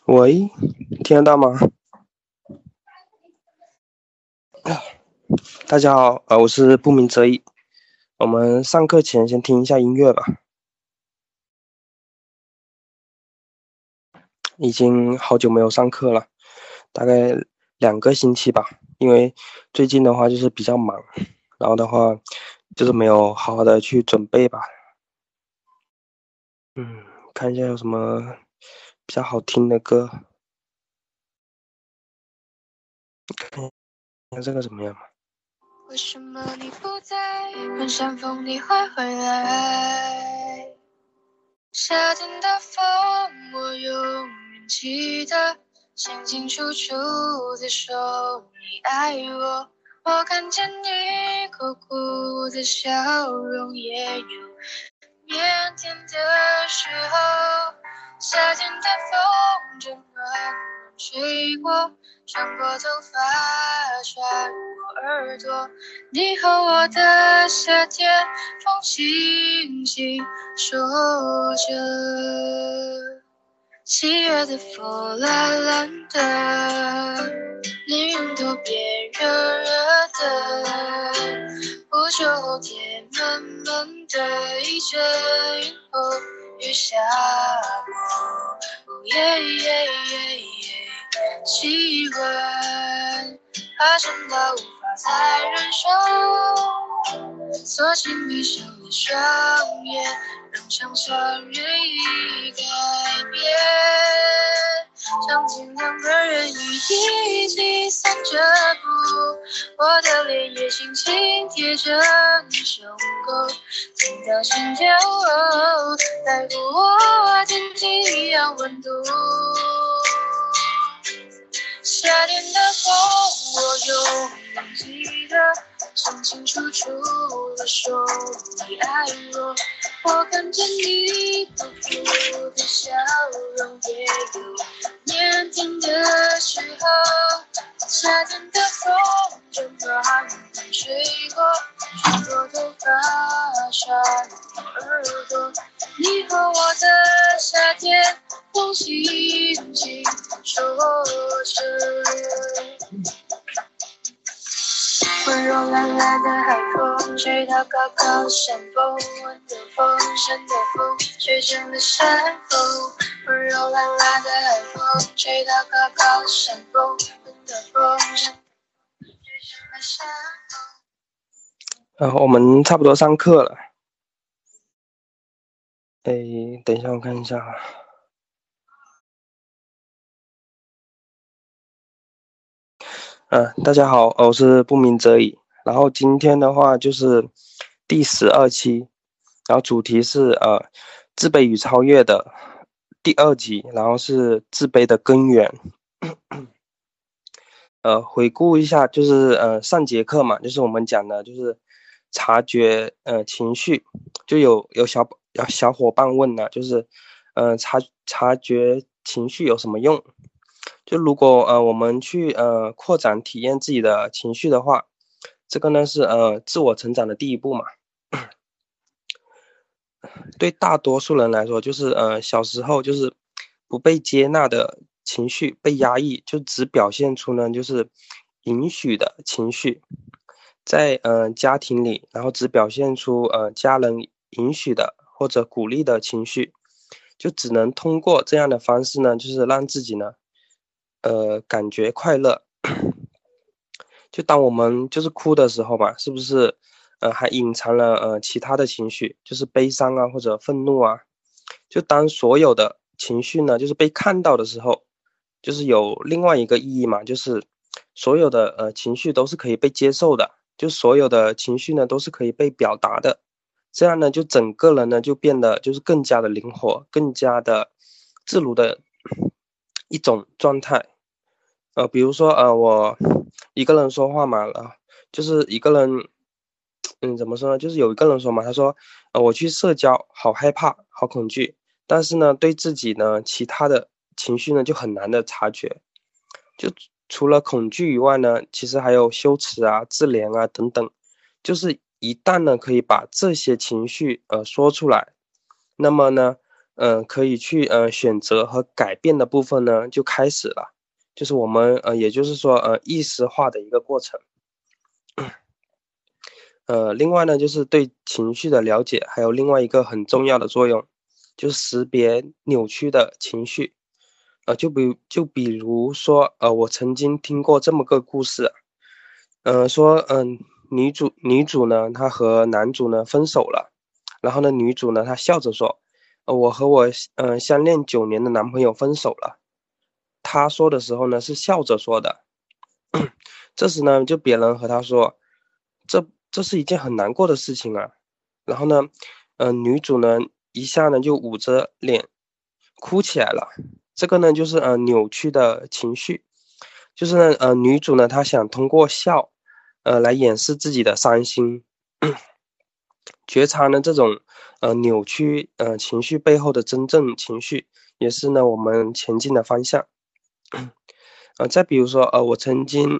喂，听得到吗？大家好，我是不鸣则已。我们上课前先听一下音乐吧。已经好久没有上课了，大概2个星期吧。因为最近的话就是比较忙，然后的话就是没有好好的去准备吧。看一下有什么比较好听的歌，看这个怎么样嘛？ 为什么你不在？人山风你会回来？夏天的风，我永远记得，清清楚楚地说你爱我。我看见你酷酷的笑容，也有腼腆的时候。夏天的风正暖暖吹过，穿过头发，穿过耳朵。你和我的夏天，风轻轻说着。7月的风蓝蓝的，连云都变热热的。不久后天闷闷的，一阵云后雨下过。气温爬升到无法再忍受，索性闭上了双眼，让想象日益改变。场景两个人一起散着步，我的脸也轻轻贴着你胸口，听到心跳在乎我紧紧一样温度。夏天的风，我永远记得，清清楚楚地说你爱我。我看见你酷酷的笑容，也有腼腆的时候。夏天的风正暖暖吹过，穿过头发，穿过耳朵。你和我的夏天，风轻轻说着。温柔懒懒的海风，吹到高高的山峰，温的风，深的风，吹成了山峰。温柔懒懒的海风，吹到高高的山峰，温的风，深的风，吹成了山峰。 我们差不多上课了。等一下，我看一下。大家好，我是不鸣则已。然后今天的话就是第12期，然后主题是自卑与超越的第2集，然后是自卑的根源。回顾一下，就是上节课嘛，就是我们讲的就是察觉情绪，就有小伙伴问了，就是察觉情绪有什么用？就如果我们去扩展体验自己的情绪的话，这个呢是自我成长的第一步嘛。对大多数人来说，就是小时候就是不被接纳的情绪被压抑，就只表现出呢就是允许的情绪，在家庭里，然后只表现出家人允许的或者鼓励的情绪，就只能通过这样的方式呢，就是让自己呢感觉快乐。就当我们就是哭的时候吧，是不是还隐藏了其他的情绪，就是悲伤啊或者愤怒啊。就当所有的情绪呢就是被看到的时候，就是有另外一个意义嘛，就是所有的情绪都是可以被接受的，就所有的情绪呢都是可以被表达的。这样呢就整个人呢就变得就是更加的灵活，更加的自如的一种状态。比如说我一个人说话嘛，就是一个人，怎么说呢？就是有一个人说嘛，他说，我去社交好害怕，好恐惧，但是呢，对自己呢其他的情绪呢就很难的察觉。就除了恐惧以外呢，其实还有羞耻啊、自怜啊等等。就是一旦呢可以把这些情绪说出来，那么呢， 可以去选择和改变的部分呢就开始了，就是我们也就是说意识化的一个过程。另外呢，就是对情绪的了解，还有另外一个很重要的作用，就是识别扭曲的情绪。就比如说，我曾经听过这么个故事，说，女主呢，她和男主呢分手了，然后呢，女主呢，她笑着说，我和我相恋9年的男朋友分手了。她说的时候呢，是笑着说的。这时呢，就别人和她说，这是一件很难过的事情啊。然后呢，女主呢一下呢就捂着脸哭起来了。这个呢就是扭曲的情绪，就是呢女主呢她想通过笑，来掩饰自己的伤心。觉察呢这种扭曲情绪背后的真正情绪，也是呢我们前进的方向。再比如说我曾经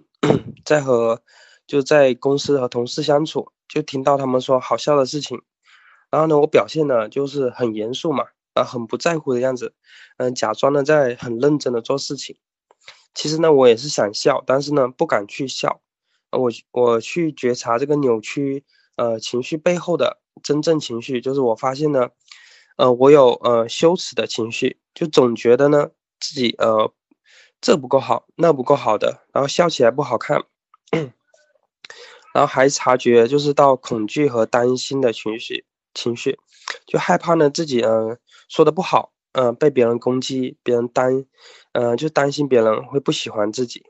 在公司和同事相处，就听到他们说好笑的事情，然后呢我表现呢就是很严肃嘛，很不在乎的样子，假装呢在很认真的做事情。其实呢我也是想笑，但是呢不敢去笑。我去觉察这个扭曲情绪背后的真正情绪，就是我发现呢，我有羞耻的情绪，就总觉得呢自己这不够好，那不够好的，然后笑起来不好看。然后还察觉就是到恐惧和担心的情绪，就害怕呢自己说的不好，被别人攻击，就担心别人会不喜欢自己。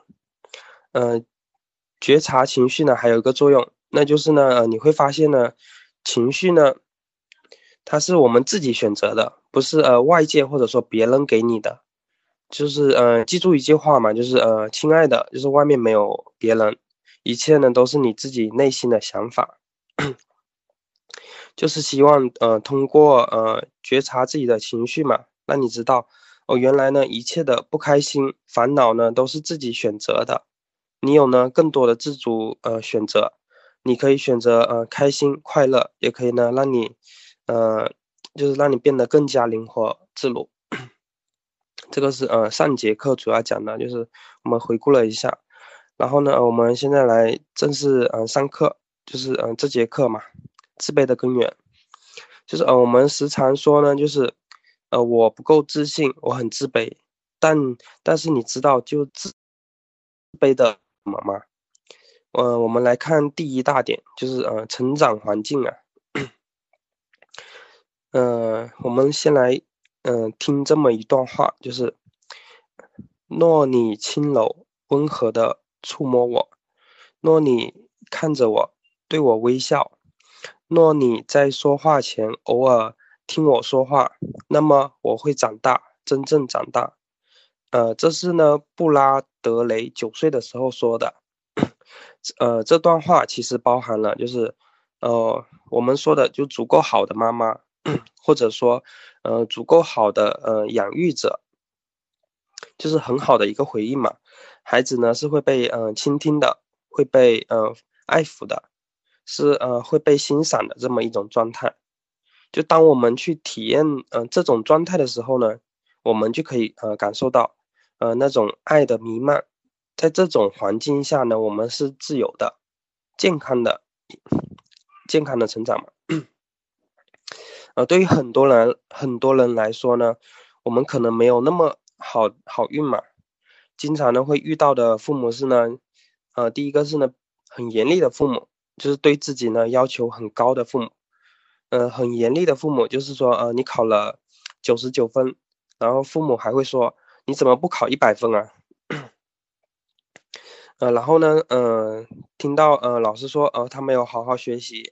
觉察情绪呢还有一个作用，那就是呢你会发现呢情绪呢它是我们自己选择的，不是外界或者说别人给你的。就是记住一句话嘛，就是亲爱的，就是外面没有别人，一切呢都是你自己内心的想法。就是希望通过觉察自己的情绪嘛，让你知道原来呢一切的不开心、烦恼呢都是自己选择的，你有呢更多的自主选择，你可以选择开心快乐，也可以呢让你就是让你变得更加灵活自如。这个是上节课主要讲的，就是我们回顾了一下，然后呢，我们现在来正式上课，就是这节课嘛，自卑的根源，就是我们时常说呢，就是我不够自信，我很自卑，但是你知道就自卑的什么吗？我们来看第一大点，就是成长环境啊。我们先来听这么一段话，就是若你轻柔温和的触摸我，若你看着我，对我微笑，若你在说话前偶尔听我说话，那么我会长大，真正长大。这是呢布拉德雷9岁的时候说的。这段话其实包含了就是我们说的就足够好的妈妈，或者说足够好的养育者，就是很好的一个回应嘛。孩子呢是会被倾听的，会被爱抚的，是会被欣赏的这么一种状态。就当我们去体验这种状态的时候呢，我们就可以感受到那种爱的弥漫。在这种环境下呢，我们是自由的、健康的、健康的成长嘛。对于很多人来说呢，我们可能没有那么好运嘛。经常呢会遇到的父母是呢，第一个是呢很严厉的父母，就是对自己呢要求很高的父母。很严厉的父母就是说，你考了99分，然后父母还会说你怎么不考100分啊？然后呢，听到老师说他没有好好学习，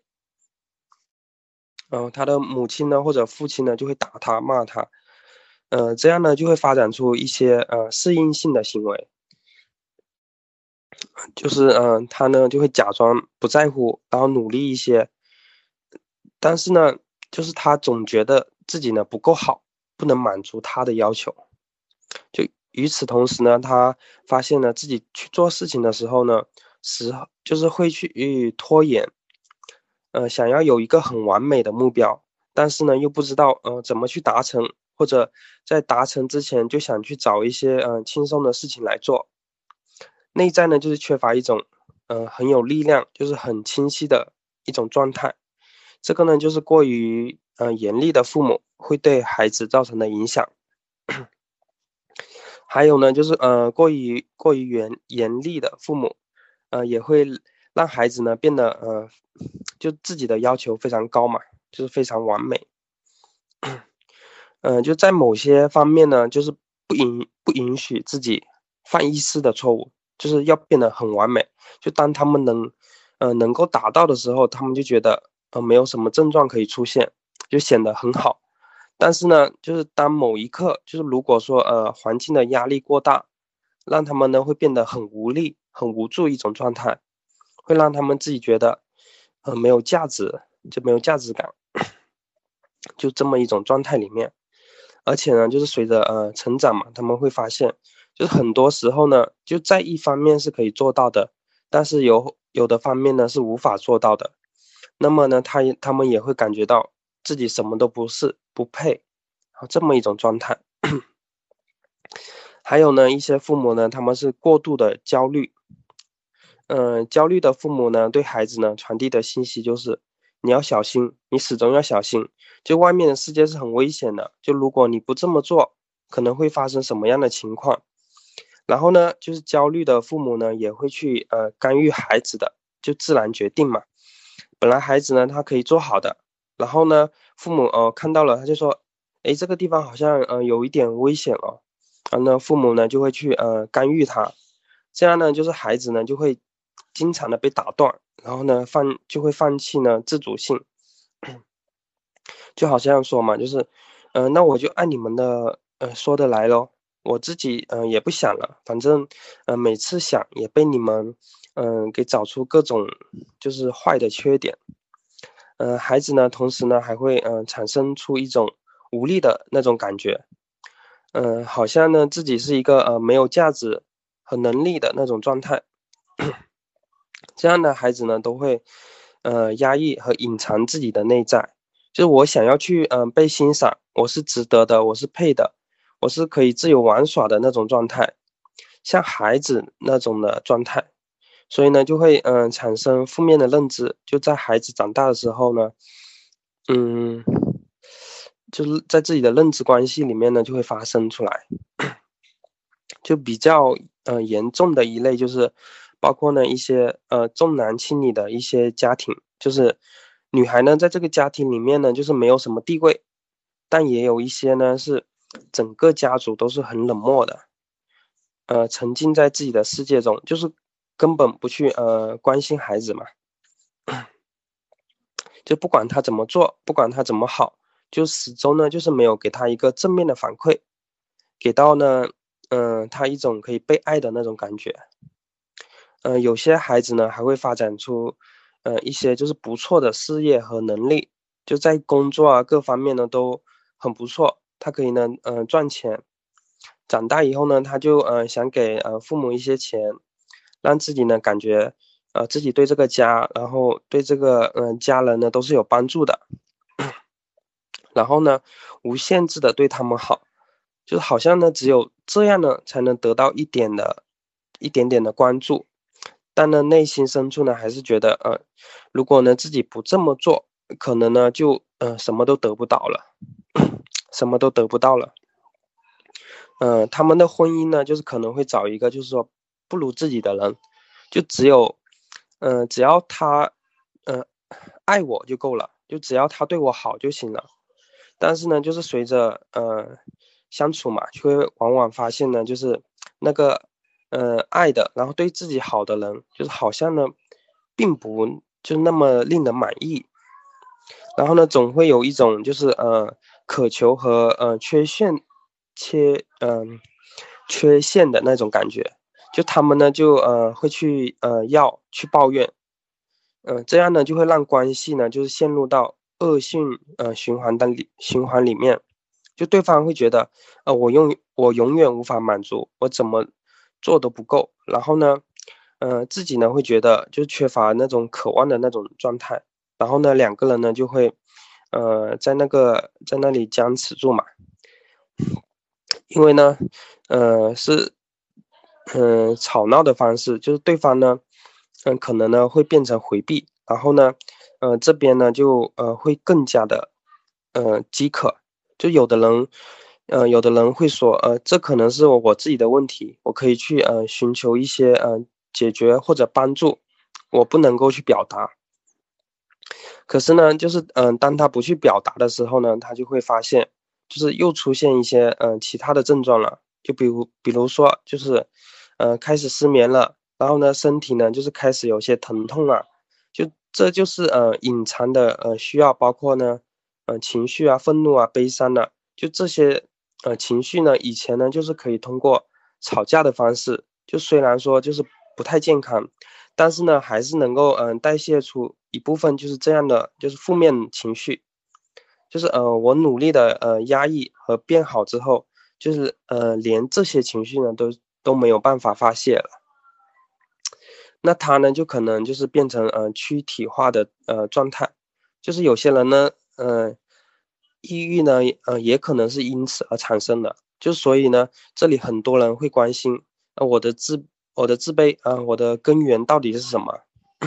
他的母亲呢或者父亲呢就会打他骂他，这样呢就会发展出一些适应性的行为，就是他呢就会假装不在乎，然后努力一些，但是呢就是他总觉得自己呢不够好，不能满足他的要求。就与此同时呢，他发现呢自己去做事情的时候呢，就是会去拖延，想要有一个很完美的目标，但是呢又不知道怎么去达成， 或者在达成之前就想去找一些轻松的事情来做。内在呢就是缺乏一种很有力量，就是很清晰的一种状态。这个呢就是过于严厉的父母会对孩子造成的影响。还有呢就是过于严厉的父母也会让孩子呢变得就自己的要求非常高嘛，就是非常完美。就在某些方面呢，就是不允许自己犯一丝的错误，就是要变得很完美。就当他们能够达到的时候，他们就觉得没有什么症状可以出现，就显得很好。但是呢，就是当某一刻，就是如果说环境的压力过大，让他们呢会变得很无力、很无助一种状态，会让他们自己觉得没有价值，就没有价值感，就这么一种状态里面。而且呢，就是随着成长嘛，他们会发现，就是很多时候呢，就在一方面是可以做到的，但是有的方面呢是无法做到的。那么呢，他们也会感觉到自己什么都不是，不配，这么一种状态。还有呢，一些父母呢，他们是过度的焦虑。焦虑的父母呢，对孩子呢传递的信息就是，你要小心，你始终要小心。就外面的世界是很危险的，就如果你不这么做，可能会发生什么样的情况。然后呢，就是焦虑的父母呢，也会去干预孩子的就自然决定嘛。本来孩子呢他可以做好的，然后呢父母看到了，他就说，诶，这个地方好像有一点危险哦，然后呢父母呢就会去干预他，这样呢就是孩子呢就会经常的被打断，然后呢就会放弃呢自主性。就好像说嘛，就是那我就按你们的说的来咯，我自己也不想了，反正每次想也被你们给找出各种就是坏的缺点。孩子呢同时呢还会产生出一种无力的那种感觉。好像呢自己是一个没有价值和能力的那种状态。这样的孩子呢都会压抑和隐藏自己的内在，就是我想要去被欣赏，我是值得的，我是配的，我是可以自由玩耍的那种状态，像孩子那种的状态。所以呢就会产生负面的认知，就在孩子长大的时候呢，嗯，就是在自己的认知关系里面呢就会发生出来。就比较严重的一类就是包括呢一些重男轻女的一些家庭，就是女孩呢在这个家庭里面呢就是没有什么地位，但也有一些呢是整个家族都是很冷漠的，沉浸在自己的世界中，就是根本不去关心孩子嘛。就不管他怎么做，不管他怎么好，就始终呢就是没有给他一个正面的反馈，给到呢他一种可以被爱的那种感觉。有些孩子呢还会发展出一些就是不错的事业和能力，就在工作啊各方面呢都很不错，他可以呢赚钱。长大以后呢，他就想给父母一些钱，让自己呢感觉自己对这个家，然后对这个家人呢都是有帮助的。然后呢无限制的对他们好，就是好像呢只有这样呢才能得到一点点的关注。但呢内心深处呢还是觉得如果呢自己不这么做，可能呢就什么都得不到了，什么都得不到了。他们的婚姻呢就是可能会找一个就是说不如自己的人，就只要他爱我就够了，就只要他对我好就行了。但是呢就是随着相处嘛，就会往往发现呢就是那个爱的然后对自己好的人，就是好像呢并不就那么令人满意。然后呢总会有一种就是渴求和缺陷的那种感觉，就他们呢就会去去抱怨。这样呢就会让关系呢就是陷入到恶性循环里面。就对方会觉得我永远无法满足，我怎么做都不够，然后呢自己呢会觉得就缺乏那种渴望的那种状态，然后呢两个人呢就会在那里僵持住嘛。 因为呢，是吵闹的方式，就是对方呢，可能呢会变成回避，然后呢，这边呢就会更加的饥渴，就有的人会说，这可能是我自己的问题，我可以去寻求一些解决或者帮助，我不能够去表达。可是呢，就是当他不去表达的时候呢，他就会发现，就是又出现一些其他的症状了，就比如说就是开始失眠了，然后呢身体呢就是开始有些疼痛了，这就是隐藏的需要，包括呢情绪啊、愤怒啊、悲伤啊，就这些情绪呢，以前呢就是可以通过吵架的方式，就虽然说就是不太健康，但是呢还是能够代谢出一部分就是这样的就是负面情绪，就是我努力的压抑和变好之后，就是连这些情绪呢都没有办法发泄了。那他呢，就可能就是变成躯体化的状态，就是有些人呢，抑郁呢，也可能是因此而产生的。就所以呢，这里很多人会关心，我的自卑我的根源到底是什么？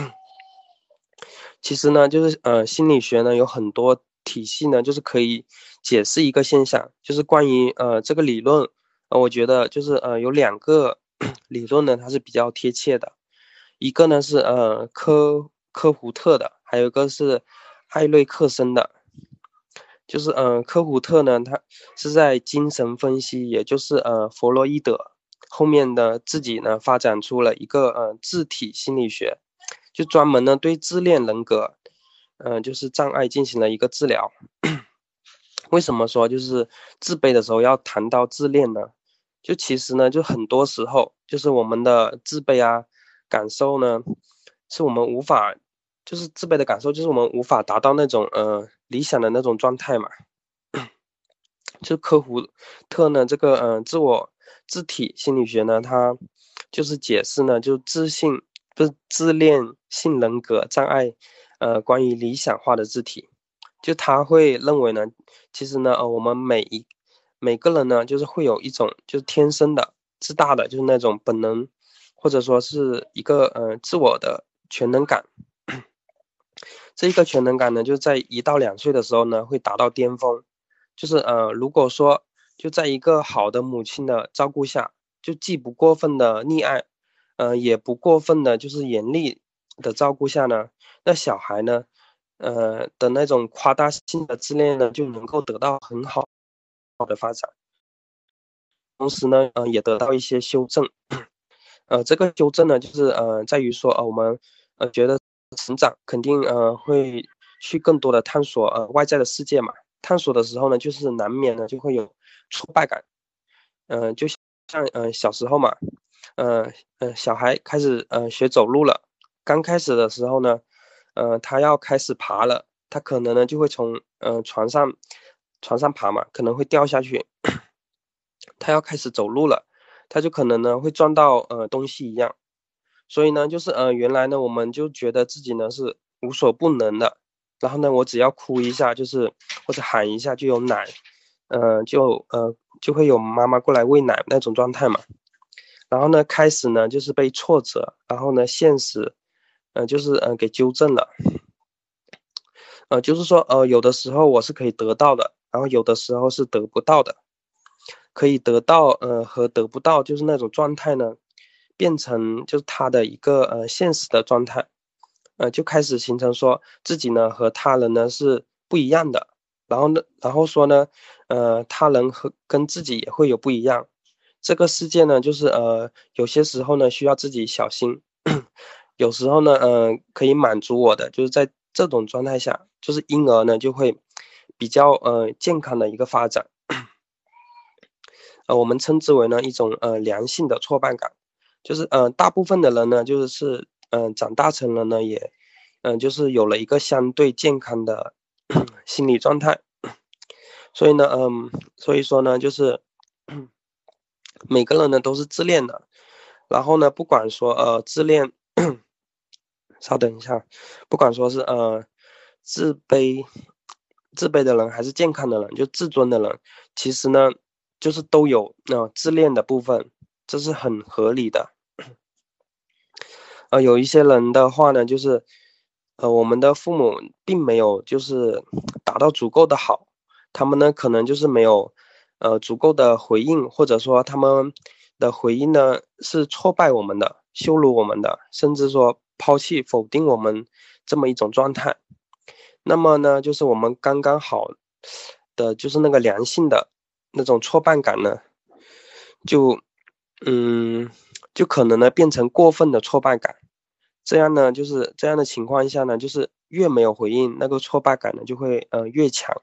其实呢，就是心理学呢有很多体系呢，就是可以解释一个现象，就是关于这个理论，我觉得就是有两个理论呢，它是比较贴切的。一个呢是科胡特的，还有一个是艾瑞克森的。就是科胡特呢，他是在精神分析，也就是弗洛伊德后面的自己呢发展出了一个自体心理学，就专门呢对自恋人格就是障碍进行了一个治疗。为什么说就是自卑的时候要谈到自恋呢？就其实呢，就很多时候就是我们的自卑啊感受呢，是我们无法，就是自卑的感受，就是我们无法达到那种理想的那种状态嘛。就科胡特呢，这个自体心理学呢，它就是解释呢，就不是自恋性人格障碍，关于理想化的自体，就他会认为呢，其实呢，我们每个人呢，就是会有一种就是天生的自大的，就是那种本能，或者说是一个自我的全能感。这一个全能感呢，就在1到2岁的时候呢，会达到巅峰。就是如果说就在一个好的母亲的照顾下，就既不过分的溺爱，也不过分的就是严厉的照顾下呢，那小孩呢，的那种夸大性的自恋呢，就能够得到很好的发展，同时呢，也得到一些修正。这个纠正呢，就是在于说我们觉得成长肯定会去更多的探索外在的世界嘛。探索的时候呢，就是难免呢就会有挫败感。就像小时候嘛，小孩开始学走路了，刚开始的时候呢，他要开始爬了，他可能呢就会从床上爬嘛，可能会掉下去。他要开始走路了，他就可能呢会撞到东西一样。所以呢，就是原来呢我们就觉得自己呢是无所不能的，然后呢我只要哭一下，就是或者喊一下就有奶，就会有妈妈过来喂奶那种状态嘛。然后呢开始呢就是被挫折，然后呢现实，就是给纠正了。就是说有的时候我是可以得到的，然后有的时候是得不到的。可以得到和得不到就是那种状态呢，变成就是他的一个现实的状态，就开始形成说自己呢和他人呢是不一样的，然后说呢，他人跟自己也会有不一样，这个世界呢就是有些时候呢需要自己小心，有时候呢可以满足我的，就是在这种状态下，就是婴儿呢就会比较健康的一个发展。我们称之为呢一种良性的挫败感，就是大部分的人呢就是长大成人呢也就是有了一个相对健康的心理状态，所以呢所以说呢就是每个人呢都是自恋的，然后呢不管说自恋，稍等一下，不管说是自卑自卑的人还是健康的人，就自尊的人，其实呢。 就是都有自恋的部分，这是很合理的。有一些人的话呢，就是我们的父母并没有就是达到足够的好，他们呢可能就是没有足够的回应，或者说他们的回应呢是挫败我们的、羞辱我们的，甚至说抛弃、否定我们这么一种状态。那么呢，就是我们刚刚好的就是那个良性的那种挫败感呢，就就可能呢变成过分的挫败感。这样呢，就是这样的情况下呢，就是越没有回应，那个挫败感呢就会越强。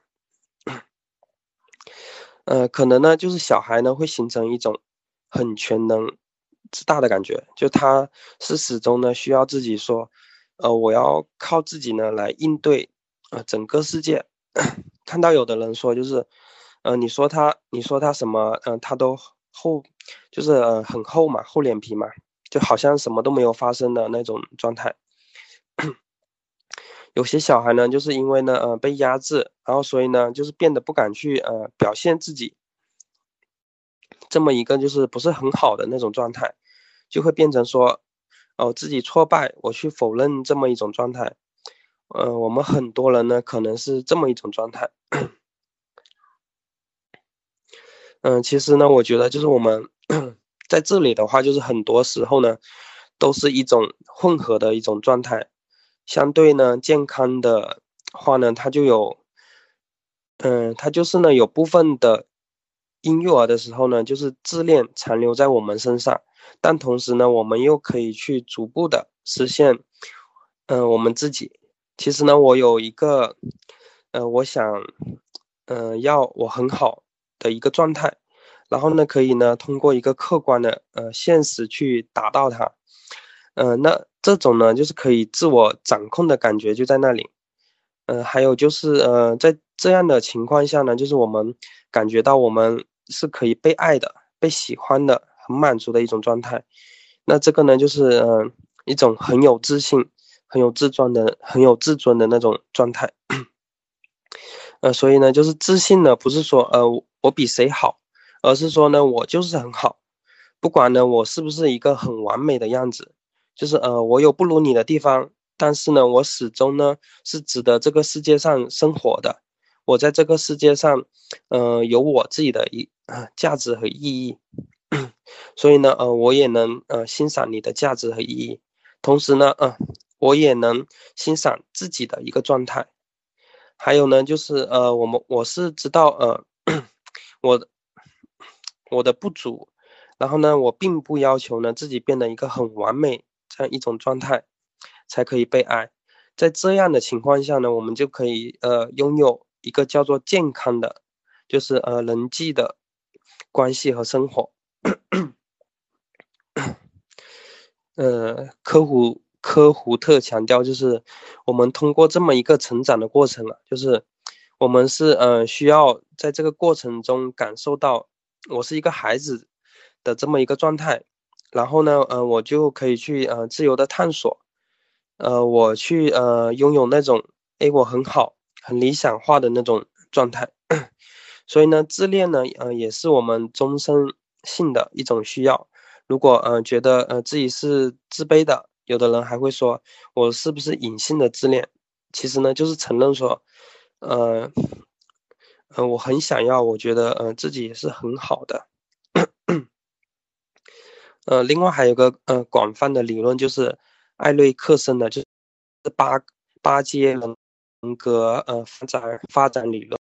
可能呢就是小孩呢会形成一种很全能、自大的感觉，就他是始终呢需要自己说，我要靠自己呢来应对整个世界。看到有的人说就是，你说他什么，他都厚，就是很厚嘛，厚脸皮嘛，就好像什么都没有发生的那种状态。有些小孩呢，就是因为呢，被压制，然后所以呢，就是变得不敢去表现自己，这么一个就是不是很好的那种状态，就会变成说，自己挫败，我去否认这么一种状态。我们很多人呢，可能是这么一种状态。其实呢，我觉得就是我们在这里的话，就是很多时候呢，都是一种混合的一种状态。相对呢，健康的话呢，它就是呢，有部分的婴幼儿的时候呢，就是自恋残留在我们身上，但同时呢，我们又可以去逐步的实现，我们自己。其实呢，我有一个，我想，要我很好的一个状态，然后呢，可以呢，通过一个客观的现实去达到它。那这种呢，就是可以自我掌控的感觉就在那里。还有就是在这样的情况下呢，就是我们感觉到我们是可以被爱的、被喜欢的、很满足的一种状态。那这个呢，就是一种很有自信、很有自尊的那种状态。所以呢，就是自信呢，不是说我比谁好，而是说呢，我就是很好，不管呢我是不是一个很完美的样子，就是我有不如你的地方，但是呢，我始终呢是值得这个世界上生活的，我在这个世界上，有我自己的价值和意义。所以呢，我也能欣赏你的价值和意义，同时呢，我也能欣赏自己的一个状态。还有呢，就是我是知道我的我的不足，然后呢，我并不要求呢自己变得一个很完美这样一种状态才可以被爱。在这样的情况下呢，我们就可以拥有一个叫做健康的，就是人际的关系和生活。科胡特强调，就是我们通过这么一个成长的过程啊，就是我们是需要在这个过程中感受到我是一个孩子的这么一个状态，然后呢，我就可以去自由的探索，我去拥有那种我很好、很理想化的那种状态。所以呢，自恋呢，也是我们终身性的一种需要。如果觉得自己是自卑的，有的人还会说我是不是隐性的自恋？其实呢，就是承认说，呃我很想要，我觉得自己也是很好的。另外还有个广泛的理论就是艾瑞克森的，就是八阶人格发展理论。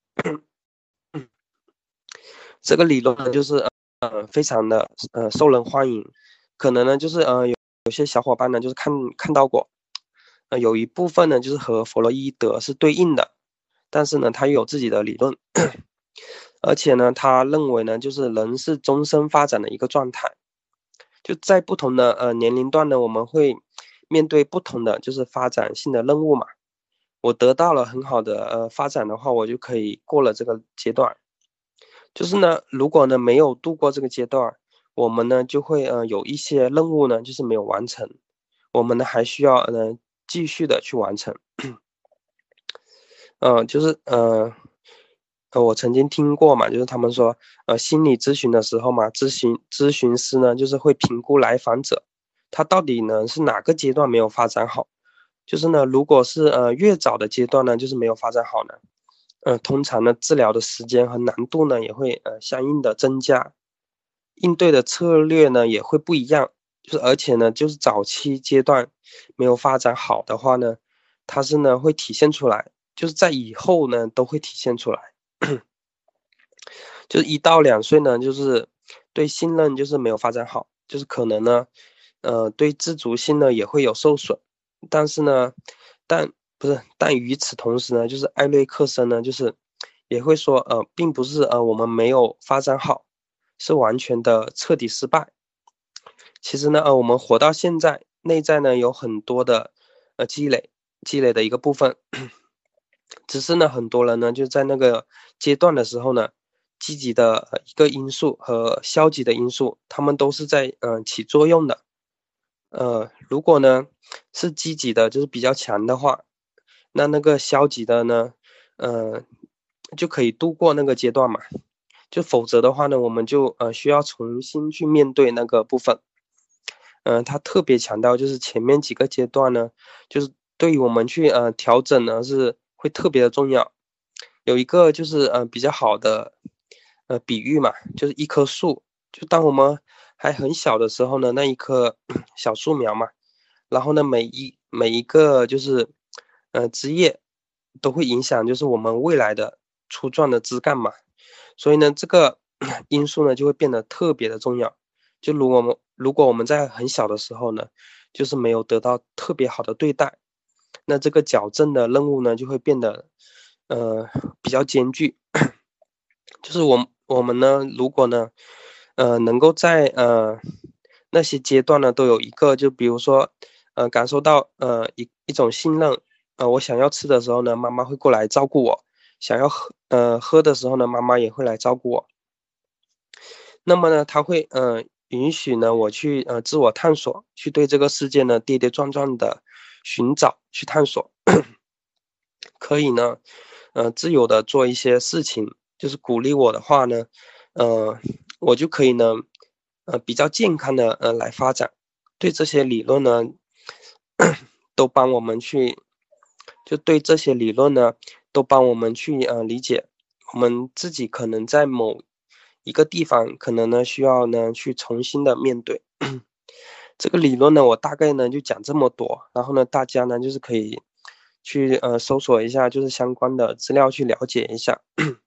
这个理论呢，就是非常的受人欢迎，可能呢就是有些小伙伴呢就是看到过，有一部分呢就是和弗洛伊德是对应的，但是呢他又有自己的理论，而且呢他认为呢就是人是终身发展的一个状态，就在不同的年龄段呢，我们会面对不同的就是发展性的任务嘛。我得到了很好的发展的话，我就可以过了这个阶段。就是呢，如果呢没有度过这个阶段，我们呢就会有一些任务呢就是没有完成，我们呢还需要继续的去完成。就是我曾经听过嘛，就是他们说，心理咨询的时候嘛，咨询师呢，就是会评估来访者，他到底呢是哪个阶段没有发展好，就是呢，如果是越早的阶段呢，就是没有发展好呢，通常呢治疗的时间和难度呢也会相应的增加，应对的策略呢也会不一样，就是而且呢，就是早期阶段没有发展好的话呢，它是呢会体现出来，就是在以后呢都会体现出来。就是1到2岁呢，就是对信任就是没有发展好，就是可能呢，对自主性呢也会有受损，但是呢，但与此同时呢，就是艾瑞克森呢，就是也会说，并不是我们没有发展好，是完全的彻底失败。其实呢，我们活到现在，内在呢有很多的积累的一个部分，只是呢，很多人呢就在那个阶段的时候呢，积极的一个因素和消极的因素，他们都是在起作用的。如果呢是积极的，就是比较强的话，那个消极的呢，呃，就可以度过那个阶段嘛。就否则的话呢，我们就需要重新去面对那个部分。他特别强调就是前面几个阶段呢，就是对于我们去调整呢是会特别的重要。有一个就是比较好的比喻嘛，就是一棵树，就当我们还很小的时候呢，那一棵小树苗嘛，然后呢每一个就是枝叶都会影响就是我们未来的粗壮的枝干嘛，所以呢这个因素呢就会变得特别的重要。就如果我们在很小的时候呢，就是没有得到特别好的对待，那这个矫正的任务呢就会变得比较艰巨。就是我们呢，如果呢，能够在那些阶段呢都有一个，就比如说感受到一种信任，我想要吃的时候呢，妈妈会过来照顾我；想要喝的时候呢，妈妈也会来照顾我。那么呢，他会允许呢我去自我探索，去对这个世界呢跌跌撞撞的寻找，去探索，可以呢自由的做一些事情，就是鼓励我的话呢，呃我就可以呢比较健康的来发展。对这些理论呢都帮我们去，就对这些理论呢都帮我们去理解我们自己可能在某一个地方可能呢需要呢去重新的面对。这个理论呢我大概呢就讲这么多，然后呢大家呢就是可以去搜索一下就是相关的资料去了解一下。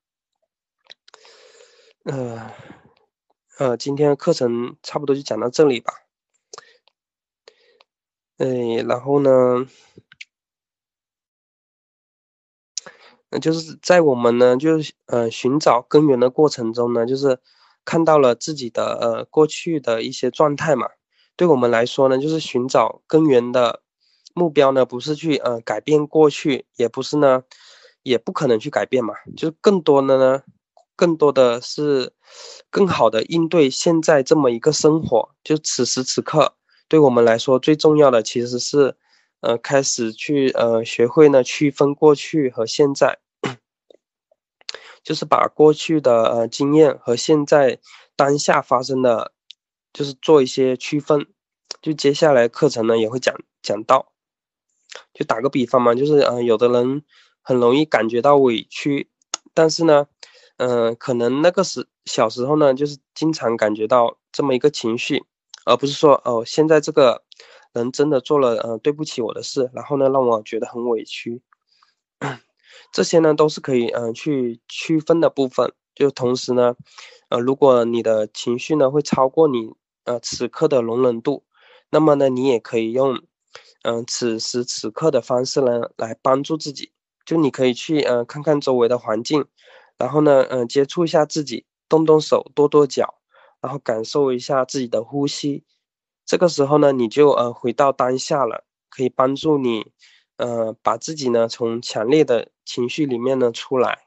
呃今天的课程差不多就讲到这里吧。然后呢就是在我们呢，就是寻找根源的过程中呢，就是看到了自己的过去的一些状态嘛。对我们来说呢，就是寻找根源的目标呢，不是去改变过去，也不是呢，也不可能去改变嘛。就是更多的是更好的应对现在这么一个生活，就此时此刻，对我们来说最重要的其实是开始去学会呢区分过去和现在。就是把过去的经验和现在当下发生的，就是做一些区分。就接下来课程呢也会讲到，就打个比方嘛，就是有的人很容易感觉到委屈，但是呢，可能那个小时候呢，就是经常感觉到这么一个情绪，而不是说哦，现在这个人真的做了对不起我的事，然后呢让我觉得很委屈。这些呢都是可以去区分的部分。就同时呢，如果你的情绪呢会超过你此刻的容忍度，那么呢你也可以用此时此刻的方式呢来帮助自己。就你可以去看看周围的环境，然后呢接触一下自己，动动手，跺跺脚，然后感受一下自己的呼吸。这个时候呢你就回到当下了，可以帮助你把自己呢从强烈的情绪里面呢出来。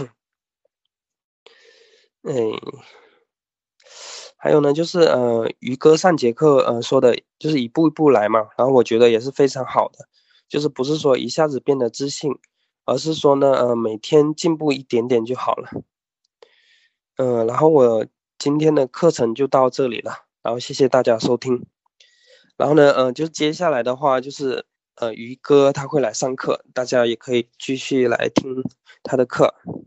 哎，还有呢就是于哥上节课说的就是一步一步来嘛，然后我觉得也是非常好的，就是不是说一下子变得自信， 而是说呢，每天进步一点点就好了。然后我今天的课程就到这里了，然后谢谢大家收听。然后呢，就接下来的话就是，于哥他会来上课，大家也可以继续来听他的课。